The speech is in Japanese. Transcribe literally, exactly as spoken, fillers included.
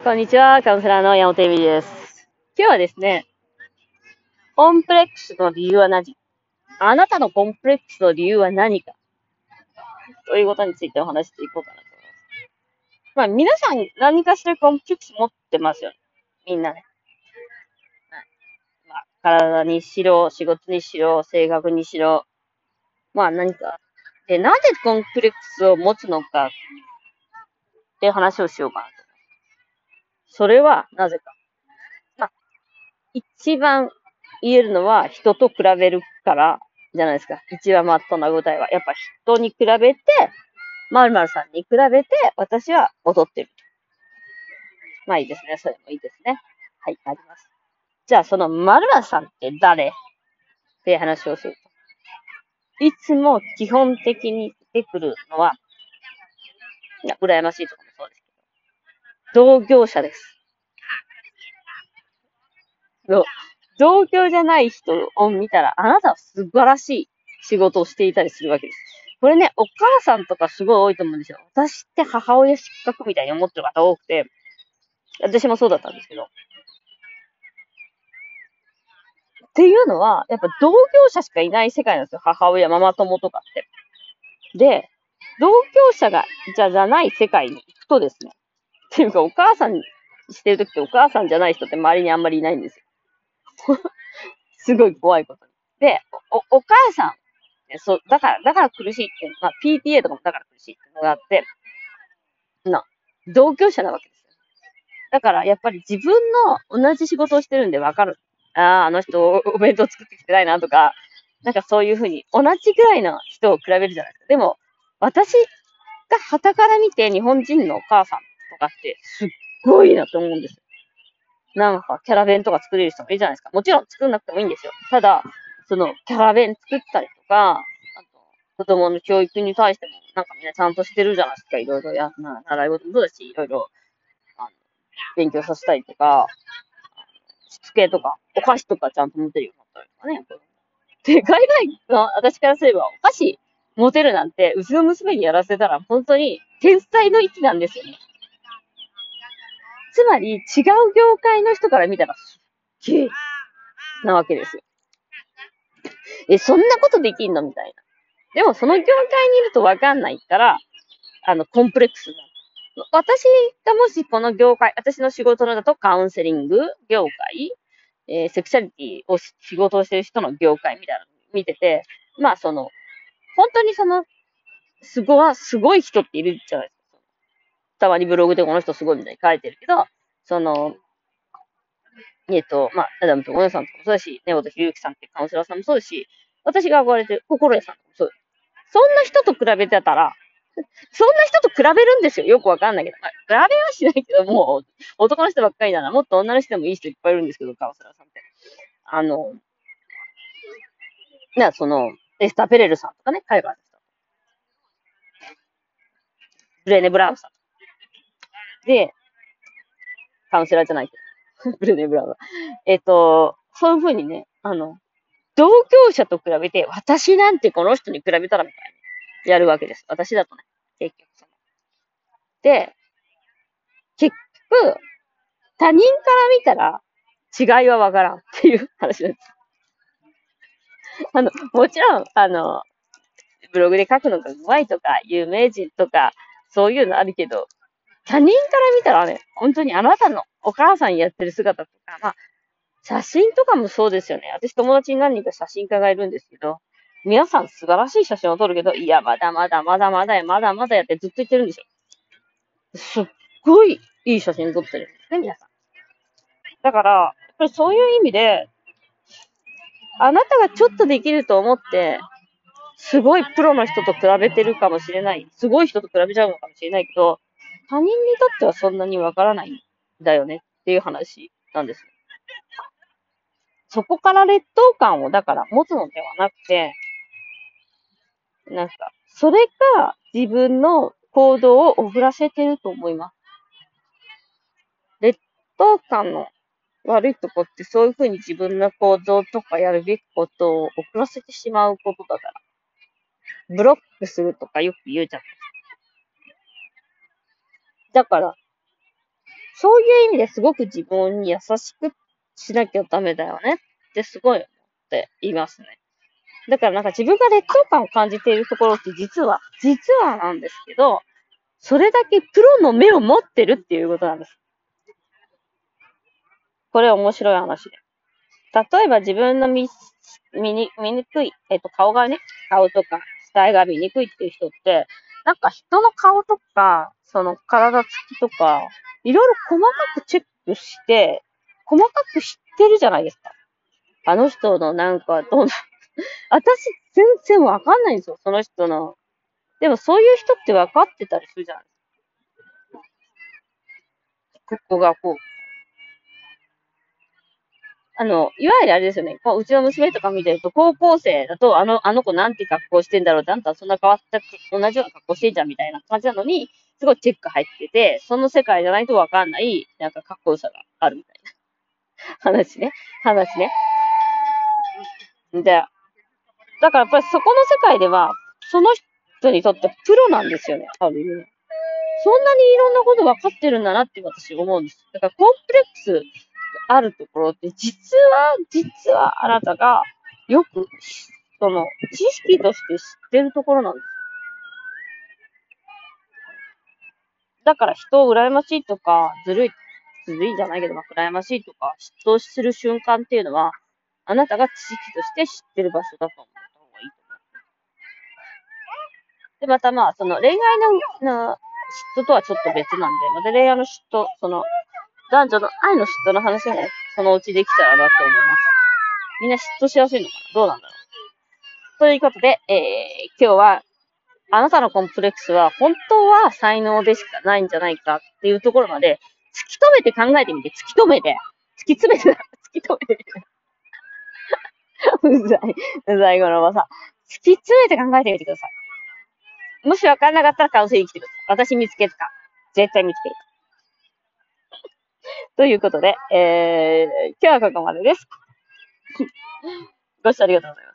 こんにちは、カウンセラーの山本恵美です。今日はですね、コンプレックスの理由は何？あなたのコンプレックスの理由は何かということについてお話していこうかなと思います。まあ皆さん何かしらコンプレックス持ってますよね。みんなね。まあ体にしろ、仕事にしろ、性格にしろ、まあ何か。で、なぜコンプレックスを持つのかっていう話をしようかなと。それはなぜか。まあ一番言えるのは人と比べるからじゃないですか。一番まっとうな答えは。やっぱ人に比べて、〇〇さんに比べて私は劣ってる。まあいいですね。それもいいですね。はい、あります。じゃあその〇〇さんって誰って話をすると。いつも基本的に出てくるのは、いや、羨ましいとかもそうですけど、同業者です。同業じゃない人を見たら、あなたは素晴らしい仕事をしていたりするわけです。これね、お母さんとかすごい多いと思うんですよ。私って母親失格みたいに思ってる方多くて、私もそうだったんですけど。っていうのは、やっぱ同業者しかいない世界なんですよ。母親、ママ友とかって。で、同業者が、じゃ、じゃない世界に行くとですね。っていうか、お母さんしてるときってお母さんじゃない人って周りにあんまりいないんですよ。すごい怖いことに。で、お、お母さん、そう、だから、だから苦しいって、まあ、ピーティーエー とかもだから苦しいっていうのがあって、な、同業者なわけですよ。だから、やっぱり自分の同じ仕事をしてるんでわかる。ああ、あの人お弁当作ってきてないなとか、なんかそういうふうに同じぐらいの人を比べるじゃないですか。でも、私が傍から見て日本人のお母さんとかってすっごいなと思うんですよ。なんかキャラ弁とか作れる人もいるじゃないですか。もちろん作んなくてもいいんですよ。ただ、そのキャラ弁作ったりとか、あと、子供の教育に対しても、なんかみんなちゃんとしてるじゃないですか。いろいろや、な、習い事もそうだし、いろいろ、あの、勉強させたりとか、しつけとか、お菓子とかちゃんと持てるようになったりとかね。で、海外の私からすれば、お菓子持てるなんて、うちの娘にやらせたら、本当に天才の域なんですよね。つまり、違う業界の人から見たら、すっげえなわけですよ。え、そんなことできんのみたいな。でも、その業界にいるとわかんないから、あの、コンプレックスなの。私がもしこの業界、私の仕事のだとカウンセリング業界、えーセクシャリティをし仕事をしてる人の業界みたいなの見てて、まあその、本当にその、すごい、すごい人っているじゃないですか。たまにブログでこの人すごいみたいに書いてるけど、その、えっと、まあ、アダムとゴネさんとかもそうだし、根本ひろゆきさんってカウンセラーさんもそうだし、私が憧れてる心得さんとかもそうです。そんな人と比べてたら、そんな人と比べるんですよ。よくわかんないけど。まあ、比べはしないけど、もう、男の人ばっかりだな。もっと女の人でもいい人いっぱいいるんですけど、カウンセラーさんって。あの、な、その、エスター・ペレルさんとかね、海外の人。ブレーネ・ブラウンさん。で、カウンセラーじゃないけど。ブレーネ・ブラウンは。えっと、そういうふうにね、あの、同業者と比べて、私なんてこの人に比べたらみたいな、やるわけです。私だとね、結局その。で、結局、他人から見たら、違いはわからんっていう話なんです。あの、もちろん、あの、ブログで書くのが上手いとか、有名人とか、そういうのあるけど、他人から見たらね、本当にあなたのお母さんやってる姿とか、まあ、写真とかもそうですよね。私友達に何人か写真家がいるんですけど、皆さん素晴らしい写真を撮るけど、いや、まだまだまだまだや、まだまだやってずっと言ってるんですよ。すっごいいい写真撮ってるんですね、皆さん。だから、やっぱりそういう意味で、あなたがちょっとできると思って、すごいプロの人と比べてるかもしれない。すごい人と比べちゃうのかもしれないけど、他人にとってはそんなにわからないんだよねっていう話なんです。そこから劣等感をだから持つのではなくて、なんか、それが自分の行動を遅らせてると思います。劣等感の悪いとこってそういうふうに自分の行動とかやるべきことを遅らせてしまうことだから。ブロックするとかよく言うじゃん。だから、 そういう意味ですごく自分に優しくしなきゃダメだよねってすごい思っていますね。だからなんか自分が劣等感を感じているところって実は、実はなんですけど、それだけプロの目を持ってるっていうことなんです。これは面白い話で。例えば自分の見、見に、見にくい、えっと、顔がね、顔とか、スタイが見にくいっていう人って、なんか人の顔とか、その体つきとか、いろいろ細かくチェックして、細かく知ってるじゃないですか。あの人のなんか、どんな、私全然わかんないんですよ、その人の。でもそういう人って分かってたりするじゃないですか。ここがこう、あの、いわゆるあれですよね。こううちの娘とか見てると、高校生だと、あの、あの子なんて格好してんだろうって、あんたそんな変わった、同じような格好してんじゃんみたいな感じなのに、すごいチェック入ってて、その世界じゃないとわかんない、なんかかっこよさがあるみたいな話ね。話ね。で、だからやっぱりそこの世界では、その人にとってプロなんですよね。ある意味ね。そんなにいろんなこと分かってるんだなって私思うんです。だからコンプレックスあるところって、実は、実はあなたがよく、その、知識として知ってるところなんです。だから人を羨ましいとか、ずるい、ずるいじゃないけど、まあ、羨ましいとか、嫉妬する瞬間っていうのは、あなたが知識として知ってる場所だと思った方がいいと思う。で、またまあ、その恋愛の、な嫉妬とはちょっと別なんで、また恋愛の嫉妬、その、男女の愛の嫉妬の話も、そのうちできたらなと思います。みんな嫉妬しやすいのかな、どうなんだろう。ということで、えー、今日は、あなたのコンプレックスは本当は才能でしかないんじゃないかっていうところまで突き止めて考えてみて、突き止めて、突き詰めて、突き止めてみて。うざい、うざいこのままさ。突き詰めて考えてみてください。もしわかんなかったらカウンセリング来てください。私見つけたか。絶対見つける。ということで、えー、今日はここまでです。ご視聴ありがとうございます。